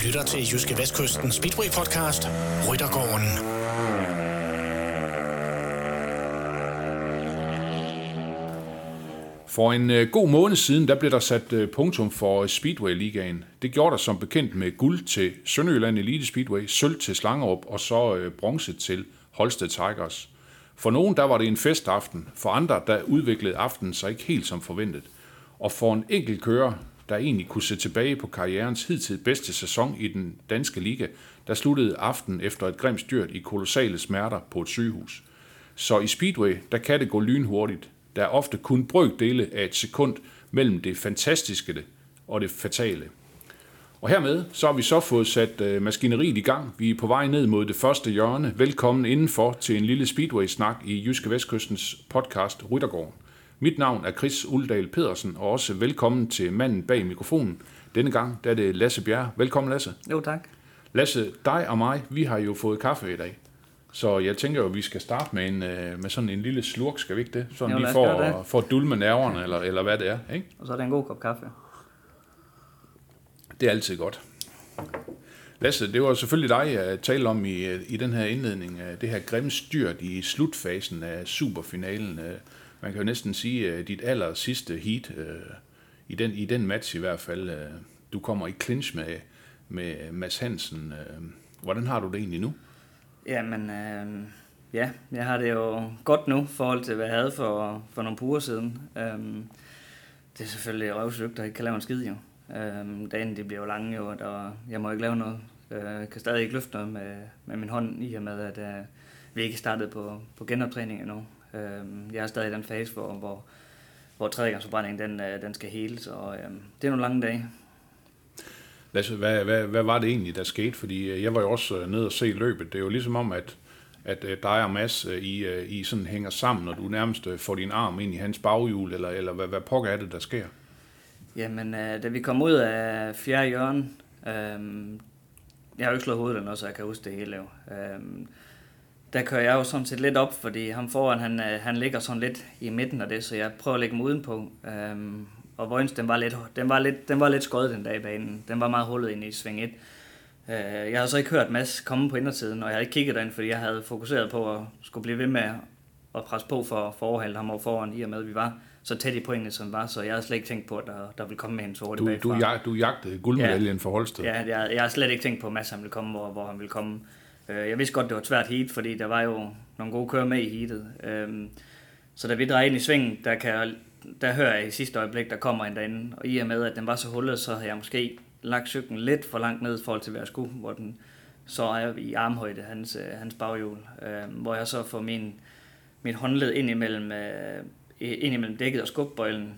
lytter til Jyske Vestkysten Speedway podcast, Ryttergården. For en god måned siden, der blev der sat punktum for Speedway-ligaen. Det gjorde der som bekendt med guld til Sønderjylland Elite Speedway, sølv til Slangerup og så bronze til Holsted Tigers. For nogen, der var det en festaften. For andre, der udviklede aftenen sig ikke helt som forventet. Og for en enkelt kører, der egentlig kunne se tilbage på karrierens hidtil bedste sæson i den danske liga, der sluttede aftenen efter et grimt styrt i kolossale smerter på et sygehus. Så i Speedway, der kan det gå lynhurtigt. Der er ofte kun brøkdele af et sekund mellem det fantastiske og det fatale. Og hermed så har vi så fået sat maskineriet i gang. Vi er på vej ned mod det første hjørne. Velkommen indenfor til en lille Speedway-snak i Jyske Vestkystens podcast Ryttergården. Mit navn er Chris Uldal Pedersen, og også velkommen til manden bag mikrofonen. Denne gang der er det Lasse Bjerre. Velkommen, Lasse. Jo, tak. Lasse, dig og mig, vi har jo fået kaffe i dag. Så jeg tænker jo, at vi skal starte med sådan en lille slurk, skal vi ikke det? Sådan jo, lige for at dulme nerverne, eller hvad det er, ikke? Og så er det en god kop kaffe. Det er altid godt. Lasse, det var selvfølgelig dig, jeg talte om i den her indledning. Det her grimme styrt i slutfasen af superfinalen. Man kan jo næsten sige, dit aller sidste heat, i den match i hvert fald. Du kommer i clinch med Mads Hansen. Hvordan har du det egentlig nu? Jamen, jeg har det jo godt nu, i forhold til, hvad jeg havde for nogle uger siden. Det er selvfølgelig røvsygt, der ikke kan lave en skid, jo. Dagen, de bliver jo lange, jo, og jeg må ikke lave noget. Jeg kan stadig ikke løfte noget med min hånd, i og med, at vi ikke startede på genoptræning endnu. Jeg er stadig i den fase, hvor tredjegangsforbrændingen den skal heles, og det er nogle lange dage. Lasse, hvad var det egentlig, der skete? Fordi jeg var jo også nede og se løbet. Det er jo ligesom om, at dig og Mads, I sådan hænger sammen, og du nærmest får din arm ind i hans baghjul, eller hvad pokker er det, der sker? Jamen, da vi kom ud af fjerde hjørne, jeg har jo ikke slået hovedet eller noget, så jeg kan huske det hele jo. Der kører jeg jo sådan set lidt op, fordi ham foran, han ligger sådan lidt i midten af det, så jeg prøver at lægge mig udenpå. Og Vojens, den var lidt skøjet den dag i banen. Den var meget hullet ind i sving 1. Jeg havde så ikke hørt Mads komme på indersiden, og jeg havde ikke kigget derind, fordi jeg havde fokuseret på at skulle blive ved med at presse på for at overhale ham over foran, i og med at vi var så tæt i pointene, som var, så jeg havde slet ikke tænkt på, at der ville komme en så hurtigt bagfra. Du jagtede guldmedaljen for Holsted. Ja, jeg har slet ikke tænkt på, at Mads han ville komme, hvor han ville komme. Jeg vidste godt, det var et svært heat, fordi der var jo nogle gode kører med i heatet. Så da vi drejer ind i svingen, der hører jeg i sidste øjeblik, der kommer en derinde, og i og med, at den var så hullet, så havde jeg måske lagt cyklen lidt for langt ned i forhold til, hvad jeg skulle, hvor den så er i armhøjde, hans baghjul, hvor jeg så får min håndled ind imellem dækket og skubbøjlen.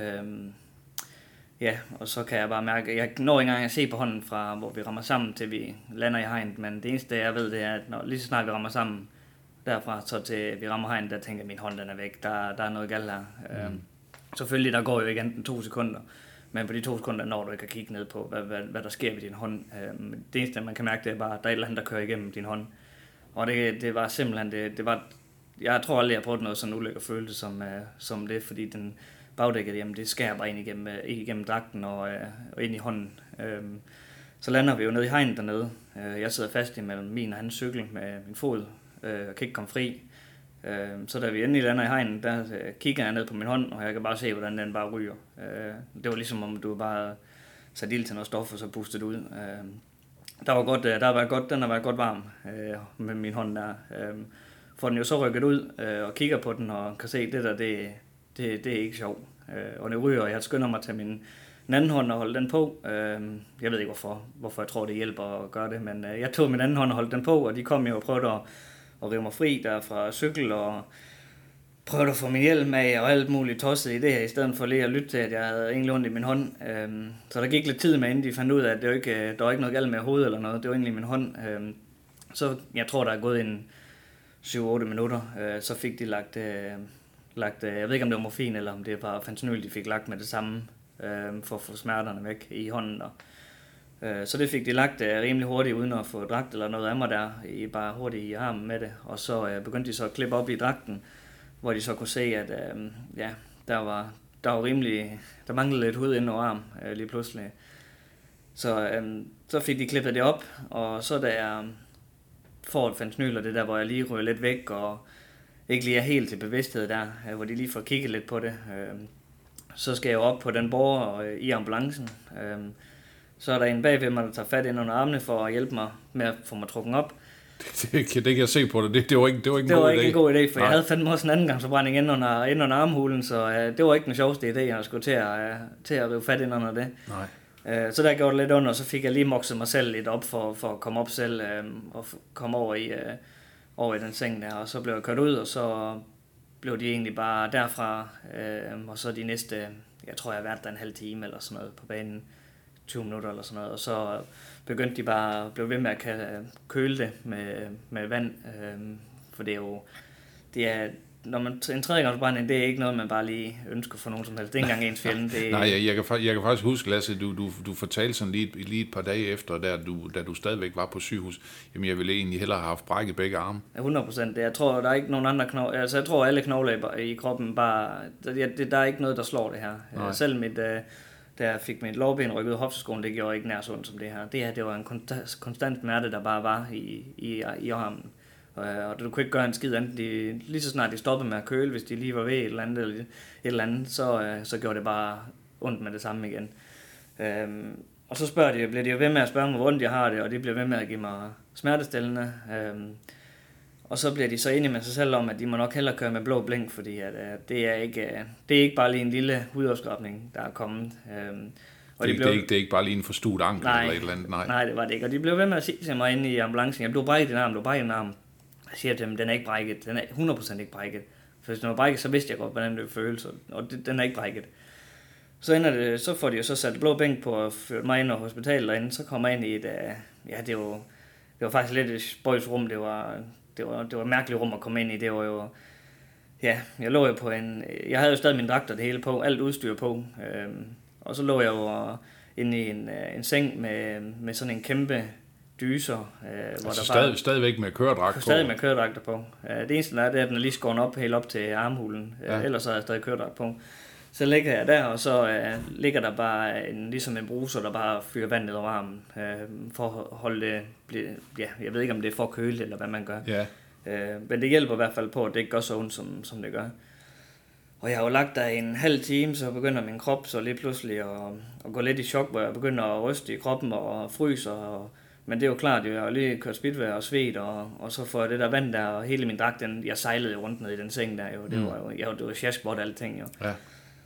Ja, og så kan jeg bare mærke, jeg når ikke engang at se på hånden fra, hvor vi rammer sammen, til vi lander i hegnet, men det eneste, jeg ved, det er, at lige så snart vi rammer sammen derfra, så til vi rammer hegnet, der tænker jeg, at min hånd den er væk, der er noget galt her. Selvfølgelig, der går jo ikke enten 2 sekunder, men på de 2 sekunder når du ikke at kigge ned på, hvad der sker ved din hånd. Det eneste, man kan mærke, det er bare, at der er et eller andet, der kører igennem din hånd. Og det var simpelthen, det var, jeg tror aldrig, jeg har prøvet noget sådan ulykke følelse som det, fordi den bagdækket, jamen det skærer bare ind igennem dragten og ind i hånden. Så lander vi jo nede i hegnet dernede. Jeg sidder fast imellem min og hans cykel med min fod og kan ikke komme fri. Så da vi endelig lander i hegnet, der kigger jeg ned på min hånd, og jeg kan bare se, hvordan den bare ryger. Det var ligesom om du bare sat ild til noget stof, og så pustede det ud. Den har været godt varm med min hånd der. Får den jo så rykket ud og kigger på den og kan se, det er ikke sjovt. Og det ryger, og jeg skynder mig til min anden hånd og holde den på. Jeg ved ikke hvorfor jeg tror, det hjælper at gøre det, men jeg tog min anden hånd og holdt den på, og de kom jo og prøvede at rive mig fri der fra cykel, og prøvede at få min hjelm af og alt muligt tosset i det her, i stedet for lige at lytte til, at jeg havde egentlig ondt i min hånd. Så der gik lidt tid med, inden de fandt ud af, at der var ikke noget galt med hovedet eller noget, det var egentlig min hånd. Så jeg tror, der er gået en 7-8 minutter, så fik de lagt, jeg ved ikke om det var morfin, eller om det var fentanyl, de fik lagt med det samme, for at få smerterne væk i hånden. Så det fik de lagt rimelig hurtigt, uden at få dragt eller noget af mig der, bare hurtigt i armen med det. Og så begyndte de så at klippe op i dragten, hvor de så kunne se, at der manglede lidt hud ind over arm lige pludselig. Så fik de klippet det op, og så da jeg får et fentanyl, og det der, hvor jeg lige ryger lidt væk, og ikke lige er helt til bevidsthed der, hvor de lige får kigget lidt på det, så skal jeg jo op på den borger i ambulancen. Så er der en bagved mig, der tager fat ind under armene for at hjælpe mig med at få mig trukket op. Det kan jeg se på dig. Det var ikke en god idé. Det var ikke en god idé, for jeg havde fandme også en anden gang forbrænding ind under armhulen, så det var ikke den sjoveste idé, jeg skulle til at rive fat ind under det. Nej. Så der gjorde det lidt under, og så fik jeg lige mokset mig selv lidt op for at komme op selv og komme over i den seng der, og så blev jeg kørt ud, og så blev de egentlig bare derfra, og så de næste, jeg tror jeg har været der en halv time eller sådan noget på banen, 20 minutter eller sådan noget, og så begyndte de bare at blive ved med at køle det med vand, for det er når man en tredjegangsforbrænding, det er ikke noget, man bare lige ønsker for nogen som helst. Det er ikke engang ens fjende. Nej, jeg kan faktisk huske, Lasse, du fortalte sådan lige et par dage efter, da du stadigvæk var på sygehus, jamen jeg ville egentlig hellere have haft brækket begge arme. Ja, 100%. Jeg tror, der er ikke nogen andre knogler. Altså, jeg tror, alle knogler i kroppen bare... Der er ikke noget, der slår det her. Nej. Selv da jeg fik mit lårben rykket ud af hofteskoen, det gjorde ikke nær så ondt som det her. Det var en konstant smerte, der bare var i armen. Og du kunne ikke gøre en skid andet. Lige så snart de stoppede med at køle, hvis de lige var ved et eller andet, så gjorde det bare ondt med det samme igen. Og så bliver de jo ved med at spørge mig, hvor ondt jeg har det, og de bliver ved med at give mig smertestillende. Og så bliver de så enige med sig selv om, at de må nok hellere køre med blå blink, fordi at, det er ikke bare lige en lille hudafskrabning, der er kommet. Og det er ikke bare lige en forstuet ankel eller et eller andet. Nej, det var det ikke. Og de blev ved med at sige til mig inde i ambulancen, du har brækket din arm, Jeg siger til dem, den er ikke brækket. Den er 100% ikke brækket. For hvis den var brækket, så vidste jeg godt, hvordan det føles. Og den er ikke brækket. Så får de jo så sat blå bænk på og ført mig ind på hospitalet derinde. Så kommer jeg ind i et... det var faktisk lidt et spøjsrum. Det var et mærkeligt rum at komme ind i. Det var jo... Ja, jeg lå jo på jeg havde jo stadig min dragt og det hele på. Alt udstyr på. Og så lå jeg jo inde i en seng med sådan en kæmpe... dyser, hvor altså der stadigvæk med køredragt på. Stadig med køredragter på. Det eneste der er, det er, at den er lige skåret op helt op til armhulen. Ja. Ellers er jeg stadig køredragt på. Så ligger jeg der, og så ligger der bare ligesom en bruser, der bare fyrer vand ned over armen, for at holde det, jeg ved ikke, om det er for køligt, eller hvad man gør. Ja. Men det hjælper i hvert fald på, at det ikke går så ondt, som det gør. Og jeg har jo lagt der en halv time, så begynder min krop så lige pludselig at gå lidt i chok, hvor jeg begynder at ryste i kroppen og fryser. Men det er jo klart, jeg har lige kørt speedway og svedt, og så får jeg det der vand der, og hele min dragt, jeg sejlede jo rundt ned i den seng der, jo. Det var sjaskbort alting, jo. Ja.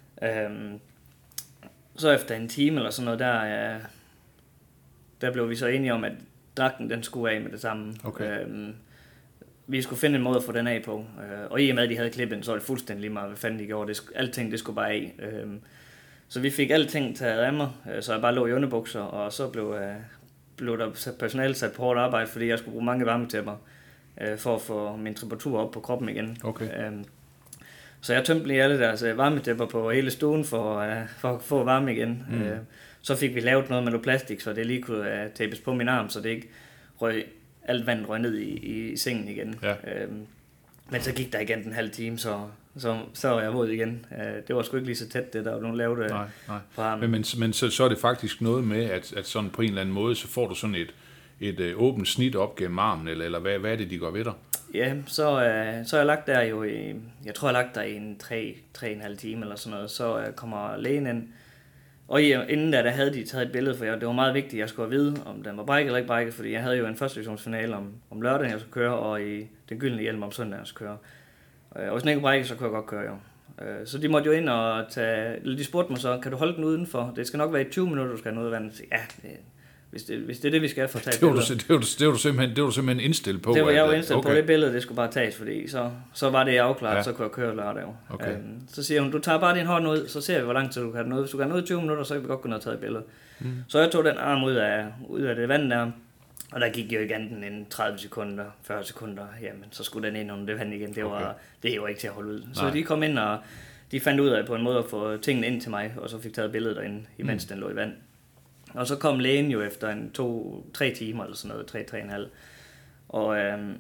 Så efter en time eller sådan noget, der blev vi så enige om, at dragten, den skulle af med det samme. Okay. Vi skulle finde en måde at få den af på, og i og med, at de havde klippet, så var det fuldstændig lige meget, hvad fanden de gjorde. Alting, det skulle bare af. Så vi fik alting taget af mig, så jeg bare lå i underbukser, og så blev der personale sat på hårdt arbejde, fordi jeg skulle bruge mange varmetæpper for at få min temperatur op på kroppen igen. Okay. Så jeg tømte lige alle deres varmetæpper på hele stuen for at få varme igen. Så fik vi lavet noget med noget plastik, så det lige kunne tapes på min arm, så det ikke alt vand røg ned i sengen igen. Ja. Men så gik der igen en halv time, så var jeg våd igen. Det var sgu ikke lige så tæt, det der var nogen lavede på armen. Men så er det faktisk noget med, at sådan på en eller anden måde, så får du sådan et åbent snit op gennem armen, eller hvad er det, de går ved dig? Ja, så er jeg lagt der jo i, jeg tror jeg lagt der i en 3,5 time eller sådan noget, så kommer lægen ind. Og inden der havde de taget et billede, for det var meget vigtigt, at jeg skulle vide, om den var brækket eller ikke brækket, fordi jeg havde jo en første divisionsfinale om lørdagen, jeg skulle køre, og i den gyldne hjelm om søndagen, jeg skulle køre. Og hvis den ikke brækket, så kunne jeg godt køre, jo. Så de måtte jo ind og de spurgte mig så, kan du holde den udenfor? Det skal nok være i 20 minutter, du skal have noget af vandet. Ja, hvis det er det, vi skal for at tage det var du simpelthen indstillet på. Det var jeg jo indstillet på, det billede, det skulle bare tages, fordi så var det afklaret, ja. Så kunne jeg køre lørdag. Okay. Så siger hun, du tager bare din hånd ud, så ser vi, hvor lang tid du kan have den ud. Hvis du kan have den ud i 20 minutter, så kan vi godt kunne have taget et billede. Så jeg tog den arm ud af det vand der, og der gik jo ikke andet end 30 sekunder, 40 sekunder, jamen så skulle den ind under det vand igen. Det er jo ikke til at holde ud. Så de kom ind, og de fandt ud af på en måde at få tingene ind til mig, og så fik taget billedet derinde, imens den lå i vand. Og så kom lægen jo efter 3 timer eller sådan noget, 3,5. Og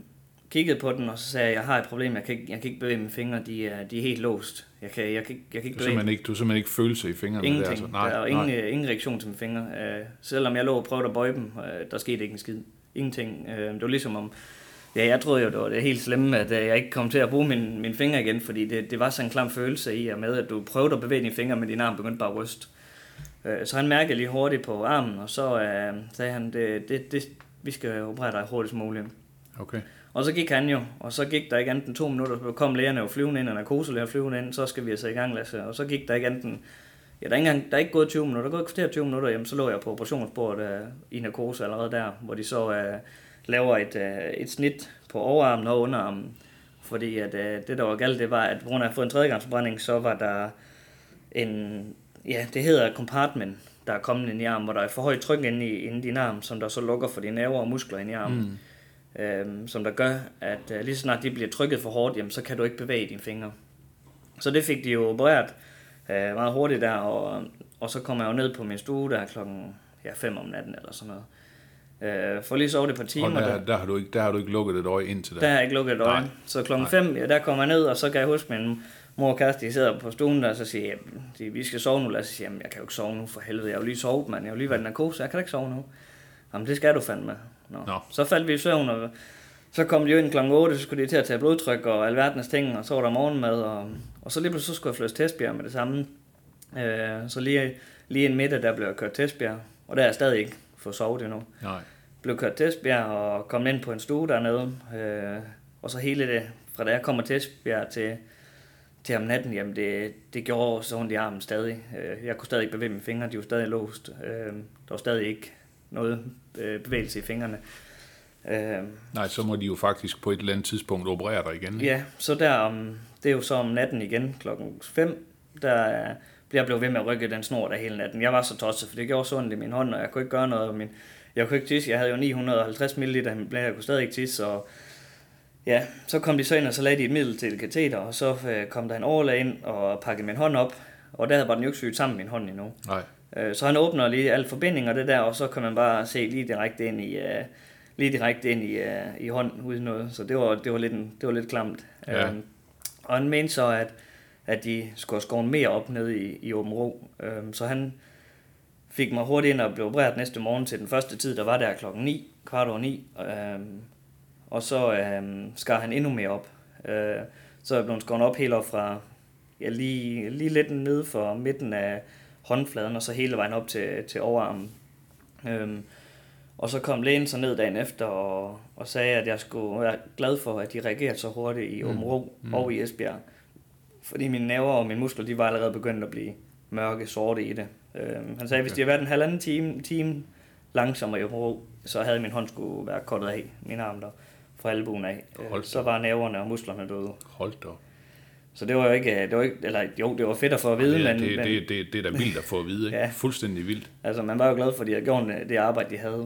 kiggede på den, og så sagde jeg har et problem, jeg kan ikke bevæge mine fingre, de er helt låst. Jeg kan ikke bevæge. Du har simpelthen ikke følelse i fingrene? Ingenting. Altså. Der er ingen reaktion til mine fingre. Selvom jeg lå og prøvede at bøje dem, der skete ikke en skid. Ingenting. Det var ligesom om... Ja, jeg troede jo, det var det helt slemme, at jeg ikke kom til at bruge mine fingre igen, fordi det var sådan en klam følelse i og med, at du prøvede at bevæge dine fingre, men din arm begyndte bare at ryste. Så han mærkede lige hurtigt på armen, og så sagde han, vi skal operere dig hurtigst muligt. Okay. Og så gik han jo, og så gik der ikke andet end 2 minutter, så kom lægerne jo flyvende ind, og narkoselæger flyvende ind, så skal vi altså i gang, Lasse. Og så gik der ikke andet end, der er ikke gået 20 minutter, der er gået 20 minutter, jamen så lå jeg på operationsbordet i narkose allerede der, hvor de så laver et snit på overarmen og underarmen. Fordi at det der var galt, det var, at på grund af at få en tredjegangsforbrænding, så var der det hedder compartment, der er kommet ind i armen, hvor der er for højt tryk inde i din arm, som der så lukker for dine nerver og muskler ind i armen. Som der gør, at lige så snart de bliver trykket for hårdt, jamen, så kan du ikke bevæge dine fingre. Så det fik de jo opereret meget hurtigt der, og så kom jeg jo ned på min stue der klokken 5 om natten eller sådan noget. For lige sovet et par timer. Og der har du ikke lukket et øje indtil da? Der har jeg ikke lukket et øje. Så klokken 5, der kommer jeg ned, og så kan jeg huske min mor og kæreste, de sidder på stuen der, og så siger vi skal sove nu. Lad os sige, jamen, jeg kan jo ikke sove nu for helvede. Jeg har jo lige sovet, mand. Jeg har jo lige været i narkose, jeg kan ikke sove nu. Jamen, det skal du fandme. Nå. Så faldt vi i søvn, og så kom de jo ind klokken 8, så skulle de til at tage blodtryk og alverdens ting, og så var der morgenmad, og så lige pludselig så skulle jeg flytte til Esbjerg med det samme. Så lige en middag, der blev jeg kørt til Esbjerg, og der er jeg stadig ikke fået sovet endnu. Nej. Blev kørt til Esbjerg og kom ind på en stue dernede, og så hele det, fra da jeg kommer til Esbjerg til om natten, jamen det gjorde så ondt i armen stadig. Jeg kunne stadig ikke bevæge mine fingre, de var stadig låst. Der var stadig ikke noget bevægelse i fingrene. Nej, så må de jo faktisk på et eller andet tidspunkt operere dig igen. Ja, så det er jo så om natten igen, klokken 5, der jeg blev ved med at rykke den snor der hele natten. Jeg var så tosset, for det gjorde så ondt i min hånd, og jeg kunne ikke gøre noget. Jeg kunne ikke tisse, jeg havde jo 950 ml i mit blære, jeg kunne stadig ikke tisse, og ja, så kom de så ind, og så lagde de et middel til et kateter, og så kom der en overlæge ind og pakkede min hånd op, og der var den jo ikke syet sammen min hånd endnu. Nej. Så han åbner lige alle forbindinger det der, og så kan man bare se lige direkte ind i hånden uden noget. Så det var lidt klamt. Ja. Og han mente så, at de skulle skåre mere op nede i Åben Rå. Så han fik mig hurtigt ind og blev opereret næste morgen til den første tid, der var der klokken 9, 9:15. Og så skar han endnu mere op. Så jeg blev skåret op helt op fra lige lidt nede for midten af håndfladen, og så hele vejen op til overarmen. Og så kom lægen så ned dagen efter og sagde, at jeg skulle være glad for, at de reagerede så hurtigt i Åben Rå og i Esbjerg. Fordi mine nerver og mine muskler, de var allerede begyndt at blive mørke, sorte i det. Han sagde, at hvis de havde været en halvanden time langsommere i Åben Rå, så havde min hånd skulle være kortet af, min arm der, fra albuen af. Så var nerverne og musklerne døde. Hold da. Så det var jo ikke, det var fedt at få at vide, ja, men... Det er da vildt at få at vide, ikke? Ja. Fuldstændig vildt. Altså, man var jo glad for, at de havde gjort det arbejde, de havde.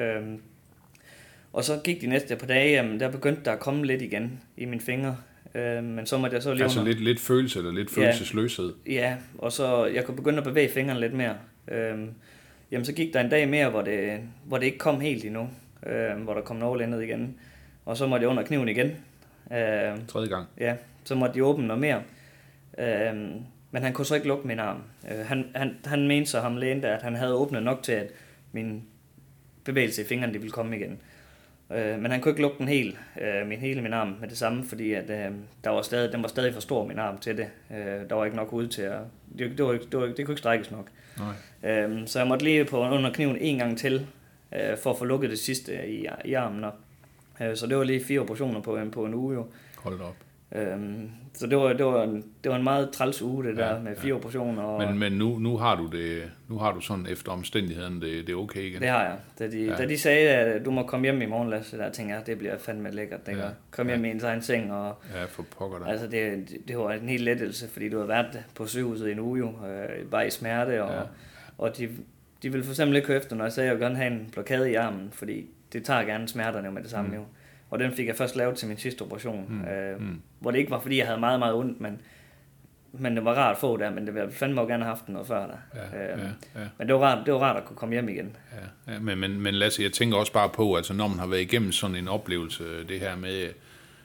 Og så gik de næste par dage, jamen, der begyndte der at komme lidt igen i mine fingre. Men så måtte jeg så lige altså lidt følelse, eller lidt følelsesløshed? Ja, og så jeg kunne begynde at bevæge fingrene lidt mere. Jamen, så gik der en dag mere, hvor det ikke kom helt endnu. Hvor der kom nåle ned igen. Og så måtte jeg under kniven igen. Tredje gang? Ja, så måtte de åbne noget mere. Men han kunne så ikke lukke min arm. Han mente så, ham lægen der, at han havde åbnet nok til, at min bevægelse i fingrene, de ville komme igen. Men han kunne ikke lukke den helt, min arm med det samme, fordi at, den var stadig for stor, min arm, til det. Der var ikke nok ude til at... Det kunne ikke strækkes nok. Nej. Så jeg måtte lige på under kniven en gang til, for at få lukket det sidste i armen. Så det var lige 4 operationer på en uge jo. Hold op. Så det var en meget træls uge, det der med 4 operationer. Og men nu har du sådan efter omstændighederne, det er okay igen? Det har jeg. Da de sagde, at du må komme hjem i morgen, Lasse, der tænkte jeg, det bliver fandme lækkert. Det kom hjem i ens egen seng. Og, ja, for pokker dig. Altså det var en helt lettelse, fordi du havde været på sygehuset i en uge jo, bare i smerte. Og de ville for eksempel ikke høre efter, når jeg sagde, at jeg gerne have en blokade i armen, fordi det tager gerne smerterne med det samme jo. Og den fik jeg først lavet til min sidste operation, hvor det ikke var, fordi jeg havde meget, meget ondt, men det var rart at få der, men det ville fandme også gerne have haft den noget før der. Men det var rart at kunne komme hjem igen. Ja. Men Lasse, jeg tænker også bare på, altså når man har været igennem sådan en oplevelse, det her med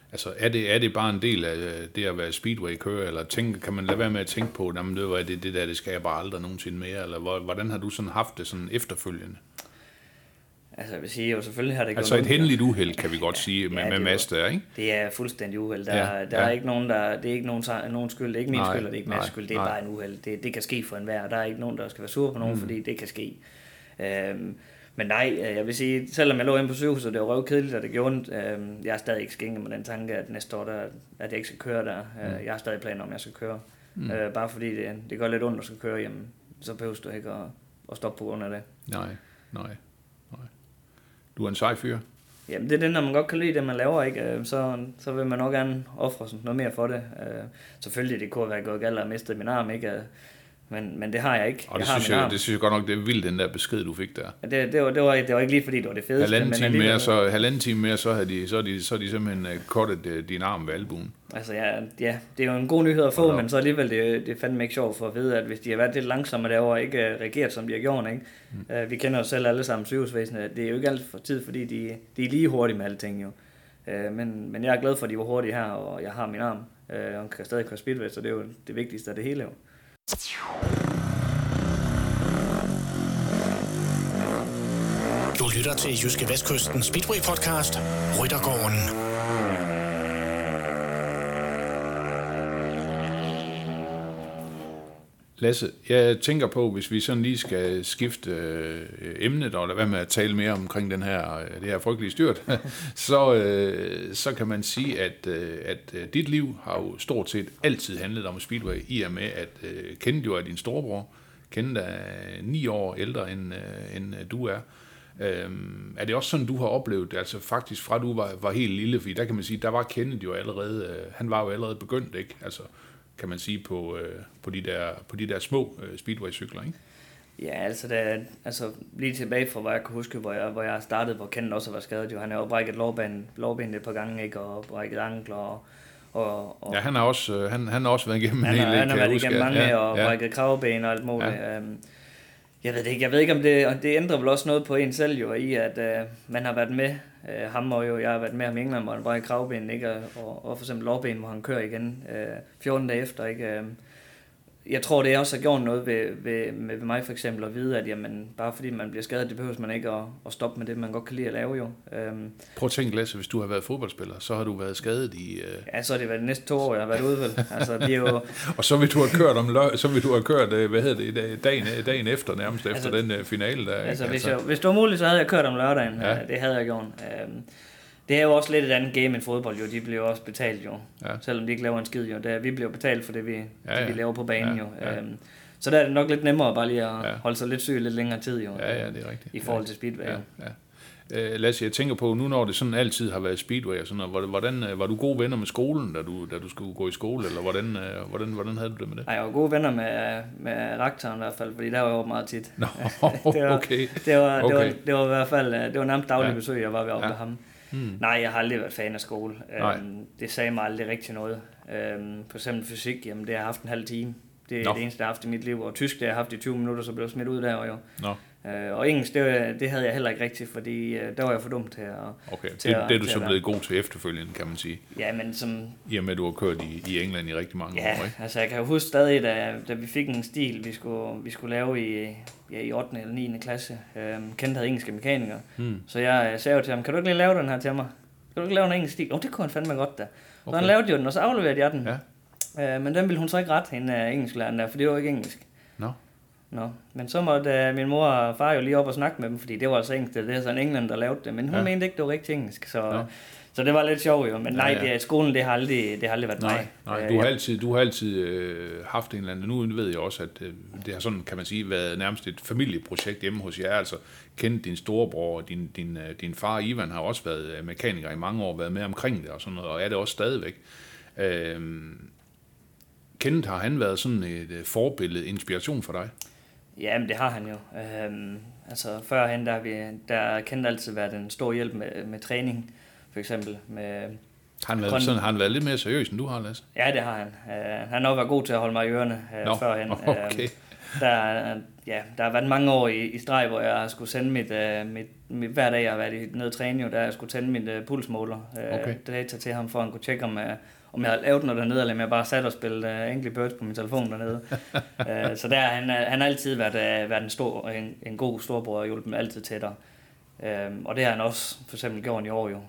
Altså, er det bare en del af det at være speedway-kører, eller kan man lade være med at tænke på, at det der, det skal jeg bare aldrig nogensinde mere, eller hvordan har du sådan haft det sådan efterfølgende? Altså, jeg vil sige, jo selvfølgelig har det altså et hændeligt uheld, kan vi godt sige, med Mazda, ikke? Det er fuldstændig uheld. Der er ikke nogen, det er ikke nogen skyld, det er ikke min skyld, og det er ikke Mads skyld, det er bare en uheld. Det kan ske for enhver, og der er ikke nogen, der skal være sur på nogen, fordi det kan ske. Men nej, jeg vil sige, selvom jeg lå inde på sygehuset, det var røvkedeligt, og det gjorde ondt, jeg er stadig ikke skænket med den tanke, at næste år, at jeg ikke skal køre der. Jeg har stadig planer om, jeg skal køre. Bare fordi det gør lidt ondt at skal køre hjem, så behøver du ikke at stoppe på grund af det. Nej. Du er en sej fyr. Jamen det er det, når man godt kan lide det, man laver, ikke? Så vil man nok gerne ofre noget mere for det. Selvfølgelig, det kunne være gået galt og mistet min arm, ikke? Men det har jeg ikke. Og det synes jeg godt nok, det er vildt, den der besked, du fik der. Det var ikke lige, fordi det var det fedeste. Halvanden time mere, så er de simpelthen cuttet din arm ved albuen. Altså ja, det er jo en god nyhed at få, men så alligevel, det er fandme ikke sjovt for at vide, at hvis de har været lidt langsomme derovre og ikke reageret, som de har gjort, ikke? Vi kender jo selv alle sammen sygehusvæsenet. Det er jo ikke alt for tid, fordi de er lige hurtige med alting, jo. Men jeg er glad for, at de var hurtige her, og jeg har min arm, og kan stadig køre speedway, så det er jo det vigtigste af det hele, jo. Du lytter til Jyske Vestkysten Speedway Podcast, Ryttergården. Lasse, jeg tænker på, hvis vi sådan lige skal skifte emnet, og lade være med at tale mere omkring det her frygtelige styrt, så kan man sige, at dit liv har jo stort set altid handlet om speedway, i og med at Kenneth jo er din storebror. Kenneth er 9 år ældre, end du er. Er det også sådan, du har oplevet det, altså faktisk fra du var helt lille, fordi der kan man sige, der var Kenneth jo allerede, han var jo allerede begyndt, ikke? Altså, kan man sige, på de der små speedway-cykler, ikke? Ja, altså lige tilbage fra, hvad jeg kan huske, hvor jeg startede, hvor Kenneth også var skadet. Jo. Han har jo brækket lårbenet et par gange, ikke? Og brækket ankler. Og ja, han har også været igennem en hel del, han har været igennem mange, og brækket kravben og alt muligt. Ja. Jeg ved ikke om det ændrer vel også noget på en selv, jo, i at man har været med ham, og jo, jeg har været med ham i England, hvor han brækker kravben, ikke? Og for eksempel lårben, hvor han kører igen 14 dage efter, ikke? Jeg tror, det også har gjort noget ved mig for eksempel at vide, at jamen, bare fordi man bliver skadet, det behøver man ikke at stoppe med det, man godt kan lide at lave, jo. Prøv at tænke, Lasse, hvis du har været fodboldspiller, så har du været skadet i... Ja, så har det været de næste 2 år, jeg har været ude, vel. Altså, det er jo... Og så vil du have kørt dagen efter, nærmest efter den finale der. Altså, hvis det var muligt, så havde jeg kørt om lørdagen. Ja. Det havde jeg gjort. Det er jo også lidt et andet game end fodbold, jo. De bliver også betalt, jo. Ja. Selvom de ikke laver en skid, jo. Vi bliver betalt for det, vi laver på banen, jo. Ja. Så der er det nok lidt nemmere bare lige at holde sig lidt syg lidt længere tid, jo. Ja, det er rigtigt. I forhold til speedway, ja. Lasse, jeg tænker på, nu når det sådan altid har været speedway og sådan noget, hvordan var du gode venner med skolen, da du skulle gå i skole, eller hvordan havde du det med det? Nej, jeg var gode venner med rektoren i hvert fald, fordi der var jo meget tit. Nå, okay. Det var i hvert fald, det var nærmest daglig besøg, jeg var ved op med ham. Nej, jeg har aldrig været fan af skole. Det sagde mig aldrig rigtig noget. For eksempel fysik, jamen det har jeg haft en halv time. Det er det eneste, jeg har haft i mit liv. Og tysk, det har jeg haft i 20 minutter, så blev jeg smidt ud der, jo. Og engelsk, det havde jeg heller ikke rigtigt, fordi der var jeg for dum til at... Okay, det er du så blevet god til efterfølgende, kan man sige. Ja, men som... I og med, at du har kørt i England i rigtig mange år, ikke? Altså jeg kan jo huske stadig, da vi fik en stil, vi skulle lave i 8. eller 9. klasse. Kenneth havde engelske mekanikere. Så jeg sagde jo til ham, kan du ikke lige lave den her til mig? Kan du ikke lave en engelsk stil? Det kunne han fandme godt da. Så han lavede jo den, og så afleverede jeg den. Ja. Men den ville hun så ikke rette, hende engelsklæreren der, for det var ikke engelsk. Nå, men så måtte min mor og far jo lige op og snakke med dem, fordi det var altså engelsk, det er sådan England, der lavede det, men hun mente ikke, det var rigtig engelsk, så det var lidt sjovt jo, men nej, skolen, det har aldrig været mig. Nej, du har altid haft en eller anden, nu ved jeg også, at det har sådan, kan man sige, været nærmest et familieprojekt hjemme hos jer, altså kendt din storebror, og din far Ivan har også været mekaniker i mange år, været med omkring det og sådan noget, og er det også stadigvæk. Kenneth, har han været sådan et forbillede, inspiration for dig? Ja, men det har han jo. Altså førhen, der Kenneth altid været en stor hjælp med træning, for eksempel Har han været lidt mere seriøs, end du har, Lasse? Ja, det har han. Han har også været god til at holde mig i ørerne førhen. Okay. Der har været mange år i streg, hvor jeg skulle sende mit hver dag, jeg har været nede og træne, der jeg skulle tænde min pulsmåler. Data til ham, for at han kunne tjekke, om jeg havde lavet noget dernede, eller om jeg bare sat og spillet Angry Birds på min telefon dernede. Så der han har altid været en god storbror og hjulpet mig altid tættere. Og det har han også for eksempel gjort i år jo.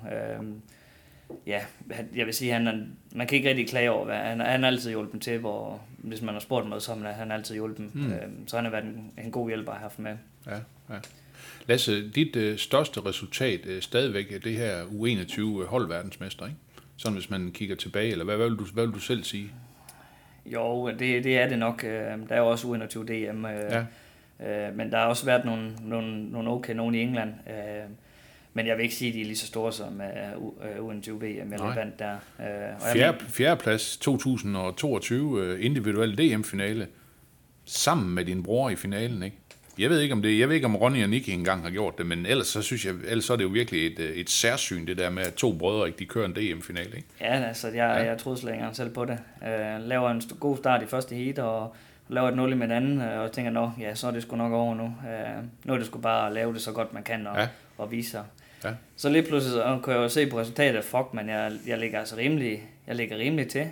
Jeg vil sige, man kan ikke rigtig klage over, han har altid hjulpet til, hvis man har spurgt mig, så har han altid hjulpet. Så han har været en god hjælper at have haft med. Ja. Lasse, dit største resultat stadigvæk er det her U21 holdverdensmester, ikke? Sådan hvis man kigger tilbage, eller hvad vil du selv sige? Jo, det er det nok. Der er jo også U21 DM, men der har også været nogle nogen i England. Men jeg vil ikke sige, at de er lige så store som U21 VM, jeg vandt der. Fjerdeplads 2022 individuel DM-finale, sammen med din bror i finalen, ikke? Jeg ved ikke om Ronny og Nicky engang har gjort det, men ellers så er det jo virkelig et særsyn, det der med, at to brødre, ikke, de kører en DM-finale, ikke? Ja, altså, jeg troede slet ikke selv på det. Laver en god start i første heat, og laver et 0 i med anden, og tænker, så er det sgu nok over nu. Nu er det sgu bare at lave det så godt man kan, og vise sig. Ja. Så lige pludselig så kan jeg jo se på resultatet, men jeg ligger altså rimelig til.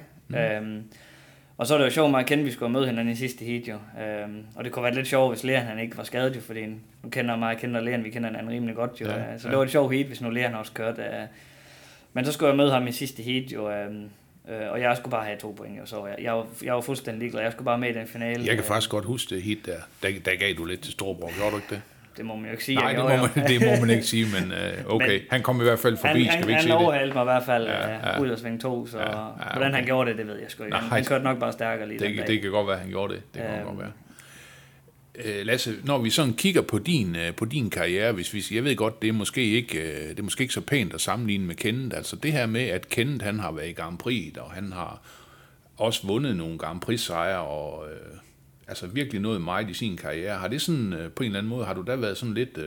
Og så er det jo sjovt, at kende, vi skulle møde hinanden i sidste heat jo. Og det kunne være lidt sjovt, hvis Leon han ikke var skadet jo, fordi nu kender mig og kender Leon, vi kender hinanden rimelig godt jo. Så det var et sjovt heat, hvis nu Leon også kørte. Men så skulle jeg møde ham i sidste heat jo, og jeg skulle bare have 2 point jo, så jeg var fuldstændig ligeglad. Jeg skulle bare med i den finale. Jeg kan faktisk godt huske det heat der gav du lidt til storebror, gjorde du ikke det? Det må man jo ikke sige. Nej, det må man ikke sige, men okay. Men han kom i hvert fald forbi, skal vi ikke sige det? Han overhalte mig i hvert fald ud af sving 2, så hvordan han gjorde det ved jeg sgu ikke. Han kørte nok bare stærkere lige den dag. Det kan godt være, han gjorde det. Det kan godt være. Lasse, når vi sådan kigger på din karriere, jeg ved godt, det er måske ikke så pænt at sammenligne med Kenneth. Altså det her med, at Kenneth han har været i Grand Prix, og han har også vundet nogle Grand Prix-sejre, og altså virkelig noget meget i sin karriere. Har det sådan, på en eller anden måde, har du da været sådan lidt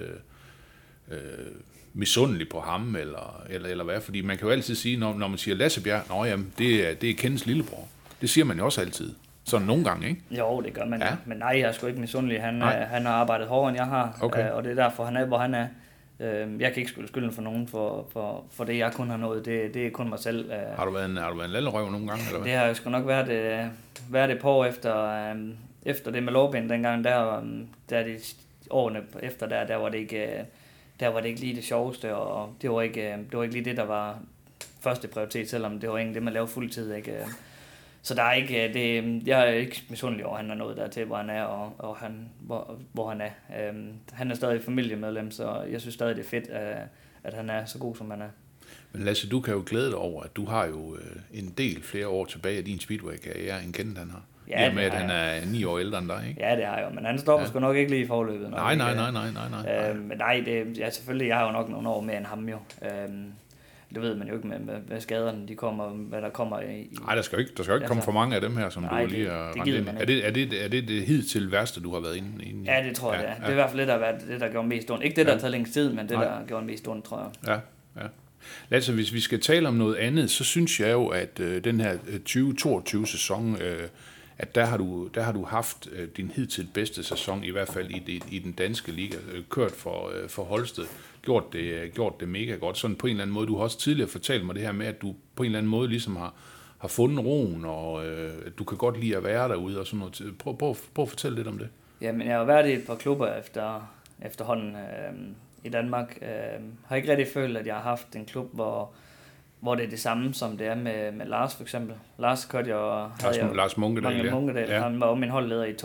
misundelig på ham, eller hvad? Fordi man kan jo altid sige, når man siger Lasse Bjerg, det er Kenneths lillebror. Det siger man jo også altid. Sådan nogle gange, ikke? Jo, det gør man. Ja. Men nej, jeg er sgu ikke misundelig. Han har arbejdet hårdere, end jeg har, og det er derfor, han er, hvor han er. Jeg kan ikke skylde for nogen for det, jeg kun har nået. Det er kun mig selv. Har du været en lallerøv nogle gange, eller hvad? Det har jo sgu nok været et par år efter det med lovbind dengang, der de årene efter der var det ikke lige det sjoveste, og det var ikke lige det, der var første prioritet, selvom det var egentlig det, man lavede fuldtid, ikke? Så der er ikke, jeg er ikke misundelig over, at han er nået dertil, hvor han er, og hvor han er. Han er stadig familiemedlem, så jeg synes stadig, det er fedt, at han er så god, som han er. Men Lasse, du kan jo glæde dig over, at du har jo en del flere år tilbage af din speedway-karriere, end Kenneth han har. Ja, med at han er 9 år ældre end dig, ikke? Ja, det har jeg jo, men han stopper sgu nok ikke lige i forløbet. Nej. Men nej, selvfølgelig, jeg har jo nok nogle år mere end ham jo. Det ved man jo ikke med skaderne, de kommer, hvad der kommer i. Nej, der skal jo ikke komme for mange af dem her, som du lige har rendt ind. Er det hidtil værste, du har været inde i? Ja, det tror jeg, det er. Det er i hvert fald det, der gjorde mest ondt. Ikke det, der har taget længst tid, men det, der gjorde mest ondt, tror jeg. Ja. Lasse, hvis vi skal tale om noget andet, så synes jeg jo, at den her 2022-sæson, at der har du haft din hidtil bedste sæson, i hvert fald i den danske liga, kørt for Holsted, gjort det mega godt. Sådan på en eller anden måde, du har også tidligere fortalt mig det her med, at du på en eller anden måde ligesom har fundet roen, og du kan godt lide at være derude og sådan noget. Prøv at fortælle lidt om det. Jamen, jeg har været i et par klubber efterhånden i Danmark. Har ikke rigtig følt, at jeg har haft en klub, hvor det er det samme, som det er med Lars for eksempel. Lars kørte jeg... Lars Munkedal, ja. Han var min holdleder i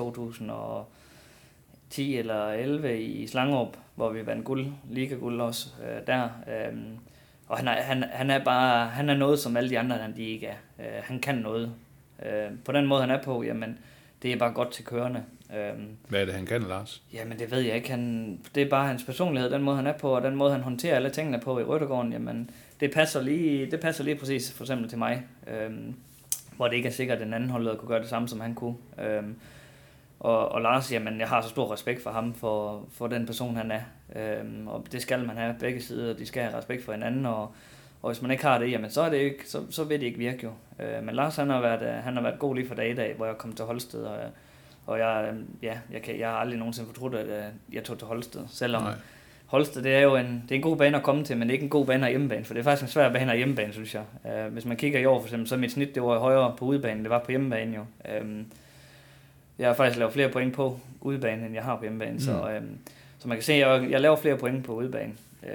2010 eller 11 i Slangerup, hvor vi vandt liga-guld også der. Og han er noget, som alle de andre, de ikke er. Han kan noget. På den måde, han er på, jamen, det er bare godt til kørende. Hvad er det, han kan, Lars? Jamen, det ved jeg ikke. Det er bare hans personlighed, den måde, han er på, og den måde, han håndterer alle tingene på i Ryttergården, jamen, det passer lige præcis for eksempel til mig, hvor det ikke er sikkert, at den anden holdleder kunne gøre det samme, som han kunne. Og Lars, jamen, jeg har så stor respekt for ham, for den person, han er. Og det skal man have begge sider, de skal have respekt for hinanden, Og hvis man ikke har det, jamen så er det ikke, så vil det ikke virke jo. Men Lars han har været god lige fra dag i dag, hvor jeg kom til Holsted, og jeg har aldrig nogensinde fortrudt, at jeg tog til Holsted, selvom Holsted, det er jo en god bane at komme til, men det er ikke en god bane af hjemmebane, for det er faktisk en svær bane af hjemmebane, synes jeg. Hvis man kigger i år for eksempel, så er mit snit, det var højere på udebane, det var på hjemmebane jo. Jeg har faktisk lavet flere point på udebane, end jeg har på hjemmebane, så man kan se, at jeg laver flere point på udebane.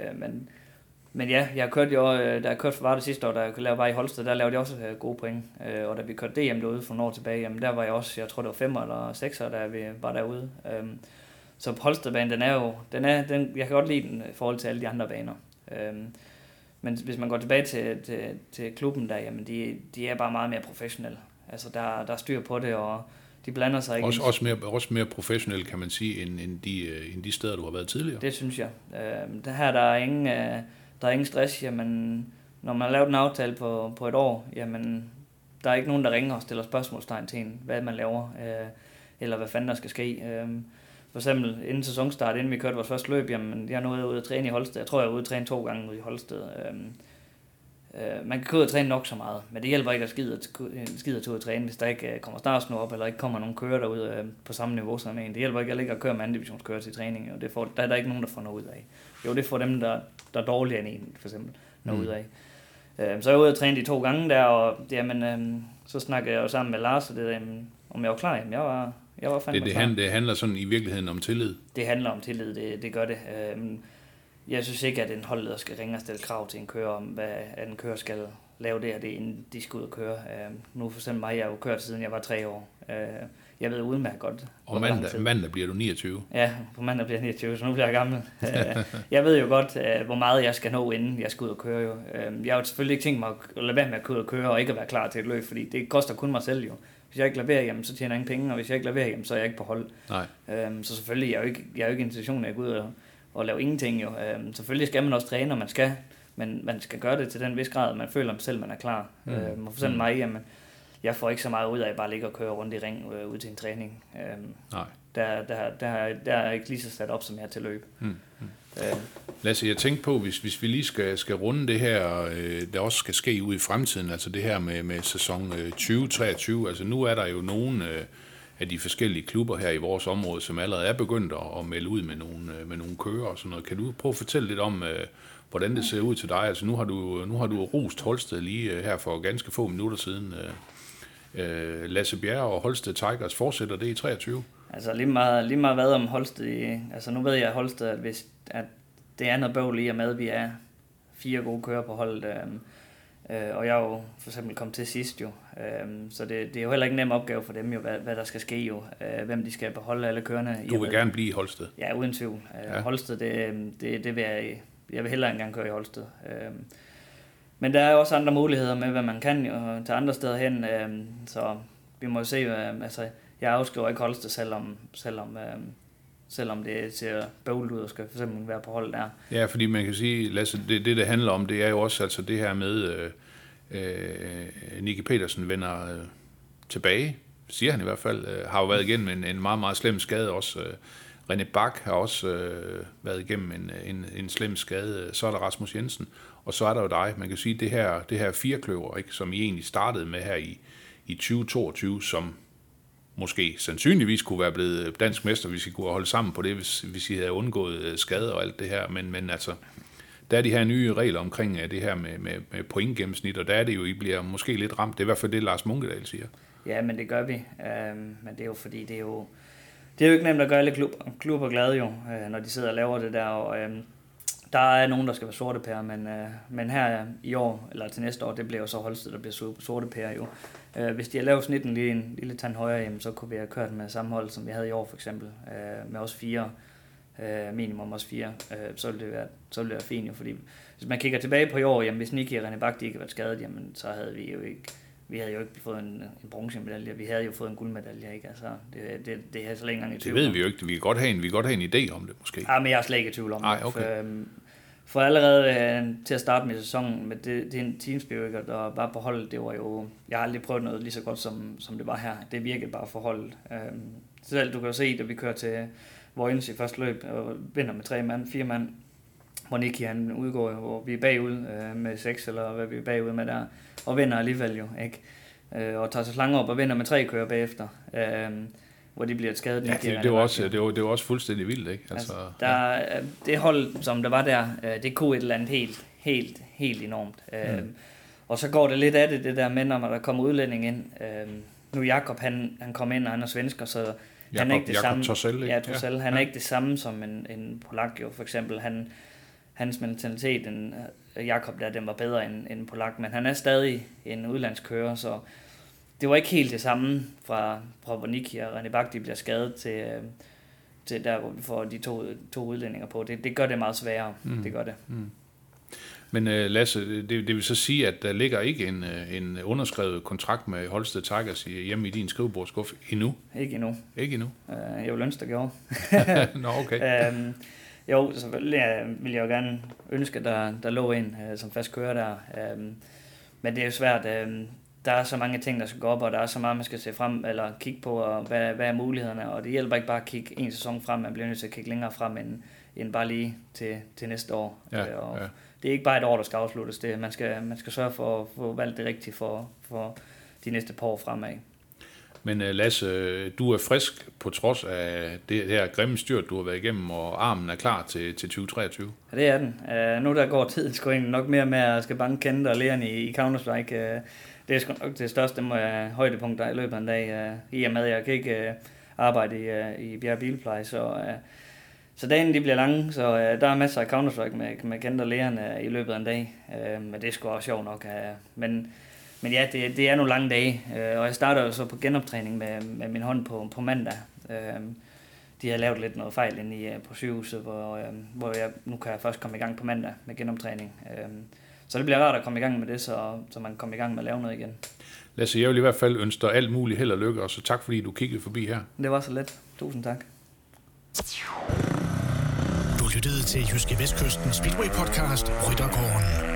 Men ja, jeg har kørt jo, da jeg kørte for Varde sidste år, da jeg lavede bare i Holsted, der lavede jeg også gode point. Og da vi kørte DM derude for nogle år tilbage, jamen der var jeg også, jeg tror det var 5 eller 6, da vi var derude. Så Holstedbanen, jeg kan godt lide den i forhold til alle de andre baner. Men hvis man går tilbage til klubben der, jamen de er bare meget mere professionelle. Altså der er styr på det, og de blander sig ikke. Også mere professionelle, kan man sige, end de steder, du har været tidligere. Det synes jeg. Der er ingen stress. Jamen, når man har lavet en aftale på et år, jamen, der er ikke nogen, der ringer og stiller spørgsmålstegn til en, hvad man laver, eller hvad fanden der skal ske. For eksempel inden sæsonstart, inden vi kørte vores første løb, jamen, jeg nåede ude at træne i Holsted. Jeg tror, jeg var ude at træne 2 gange ude i Holsted. Man kan gå ud og træne nok så meget, men det hjælper ikke at skide til at træne, hvis der ikke kommer startsnor op, eller ikke kommer nogen kører derude på samme niveau som en. Det hjælper ikke at ligge og køre med anden divisionskører til træning, og der er der ikke nogen, der får noget ud af. Jo, det får dem, der er dårligere end en, for eksempel, noget ud af. Så jeg var ude at træne de 2 gange der, og jamen, så snakkede jeg jo sammen med Lars, og det, om jeg var klar. Jamen, jeg var fandme klar. Det handler sådan i virkeligheden om tillid? Det handler om tillid, det gør det. Jeg synes ikke, at en holdleder skal ringe og stille krav til en kører om, hvad en kører skal lave det, inden de skal ud og køre. Nu for eksempel mig, jeg har jo kørt siden jeg var 3 år. Jeg ved udmærket godt. Og mandag bliver du 29? Ja, på mandag bliver jeg 29, så nu bliver jeg gammel. Jeg ved jo godt, hvor meget jeg skal nå, inden jeg skal ud og køre. Jo. Jeg har jo selvfølgelig ikke tænkt mig at lade være med at køre og køre, og ikke at være klar til et løb, fordi det koster kun mig selv jo. Hvis jeg ikke leverer, jamen, så tjener jeg ingen penge, og hvis jeg ikke leverer, jamen, så er jeg ikke på hold. Nej. Så selvfølgelig, jeg er jo ikke i en situation, at jeg går ud og lave ingenting jo. Selvfølgelig skal man også træne, når man skal, men man skal gøre det til den vis grad, at man føler selv, man er klar. For eksempel mig, jamen, jeg får ikke så meget ud af at bare ligge og køre rundt i ring ud til en træning. Nej. Der er ikke lige så sat op, som jeg er til løb. Lasse, jeg tænkte på, hvis vi lige skal runde det her, der også skal ske ud i fremtiden, altså det her med sæson 2023, altså nu er der jo nogle af de forskellige klubber her i vores område, som allerede er begyndt at melde ud med nogle kører og sådan noget. Kan du prøve at fortælle lidt om, hvordan det ser ud til dig? Altså nu har du rost Holsted lige her for ganske få minutter siden. Lasse Bjerre og Holsted Tigers, fortsætter det i 23? Altså lige meget hvad om Holsted. Altså nu ved jeg at Holsted, at det er noget bøvl i og med, at vi er 4 gode kører på holdet. Og jeg er jo for eksempel kommet til sidst jo. Så det er jo heller ikke en nem opgave for dem jo, hvad der skal ske jo. Hvem de skal beholde alle kørerne. Du vil gerne blive i Holsted? Ja, uden tvivl. Holsted, det vil jeg vil hellere engang køre i Holsted. Men der er jo også andre muligheder med, hvad man kan jo, til andre steder hen. Så vi må jo se, altså jeg afskriver ikke Holsted, selvom det ser bøvlet ud og skal for eksempel være på hold der. Ja, fordi man kan sige, Lasse, det handler om, det er jo også altså det her med, Nicky Petersen vender tilbage, siger han i hvert fald, har jo været igennem en meget, meget slem skade også. René Bak har også været igennem en slem skade. Så er der Rasmus Jensen, og så er der jo dig. Man kan sige, det her firekløver, ikke, som I egentlig startede med her i 2022, som måske sandsynligvis kunne være blevet dansk mester, hvis I kunne holde sammen på det, hvis I havde undgået skader og alt det her. Men altså, der er de her nye regler omkring det her med pointgennemsnit, og der er det jo, I bliver måske lidt ramt. Det er i hvert fald det, Lars Munkedal siger. Ja, men det gør vi. Men det er jo fordi, det er jo ikke nemt at gøre alle klubber glade jo, når de sidder og laver det der. Og, der er nogen, der skal være sorte pærer, men her i år, eller til næste år, det bliver jo så Holsted, der bliver sorte pærer jo. Hvis de har lavet snitten lige en lille tand højere, jamen, så kunne vi have kørt med samme hold, som vi havde i år for eksempel, med også 4, minimum også 4, så ville det være fint jo, fordi hvis man kigger tilbage på i år, jamen hvis Nicky og René Bak, de ikke havde været skadet, jamen så havde vi havde jo ikke fået en bronzemedalje, vi havde jo fået en guldmedalje, ikke? Altså, det er så længe gang i tvivl. Det ved vi jo ikke, vi kan godt have en idé om det måske. Ja, men jeg er slet ikke i tvivl om det. Okay. For allerede til at starte med sæsonen, med det en teamspirit, der var på holdet, det var jo, jeg har aldrig prøvet noget lige så godt, som det var her. Det virkede bare for holdet. Selv du kan jo se, da vi kører til Vojens i første løb, og vinder med 4 mand, Monique, han udgår jo, hvor vi er bagud med 6, eller hvad vi er bagud med der, og vinder alligevel jo, ikke? Og tager sig slange op og vinder med 3 kører bagefter, hvor de bliver skadet. Ja, det var også fuldstændig vildt, ikke? Altså, det hold, som der var der, det kunne et eller andet helt enormt. Og så går det lidt af det der med, når der kommer udlænding ind. Nu Jakob, han kom ind, og han er svensker, så han er ikke det samme. Torsell, ja, Torsell, han er ikke det samme som en polak jo, for eksempel. Hans mentalitet, Jakob der, den var bedre end en polak, men han er stadig en udlandskører, så det var ikke helt det samme fra Bonicki og René Bach, de bliver skadet til der, hvor vi får de to udlændinger på. Det gør det meget sværere, det gør det. Men Lasse, det vil så sige, at der ligger ikke en underskrevet kontrakt med Holsted Tigers hjemme i din skrivebordskuffe endnu? Ikke endnu. Ikke endnu? Jeg vil ønske, der gjorde. Nå, okay. Jo, selvfølgelig vil jeg jo gerne ønske, at der lå en som fast kører der. Men det er jo svært. Der er så mange ting, der skal gå op, og der er så meget, man skal se frem eller kigge på, og hvad er mulighederne. Og det hjælper ikke bare at kigge en sæson frem, man bliver nødt til at kigge længere frem, end bare lige til næste år. Ja. Det er ikke bare et år, der skal afsluttes. Man skal sørge for at få valgt det rigtigt for de næste par år fremad. Men Lasse, du er frisk på trods af det her grimme styrt, du har været igennem, og armen er klar til 2023? Ja, det er den. Nu der går tiden sgu egentlig nok mere med at skal banke Kent og Leon i Counter-Strike. Det er sgu nok det største højdepunkt, der i løbet af en dag. I og med, jeg kan ikke arbejde i Bjerre Bilpleje, så dagen de bliver lange, så der er masser af Counter-Strike med Kent og Leon i løbet af en dag. Men det er sgu også sjovt nok. Men ja, det er nogle lange dage, og jeg starter jo så på genoptræning med min hånd på mandag. De har lavet lidt noget fejl inde på sygehuset, hvor jeg nu kan jeg først komme i gang på mandag med genoptræning. Så det bliver rart at komme i gang med det, så man kan komme i gang med at lave noget igen. Lasse, jeg vil i hvert fald ønske dig alt muligt held og lykke, og så tak fordi du kiggede forbi her. Det var så let. Tusind tak. Du lyttede til Jyske Vestkysten Speedway podcast Ryttergården.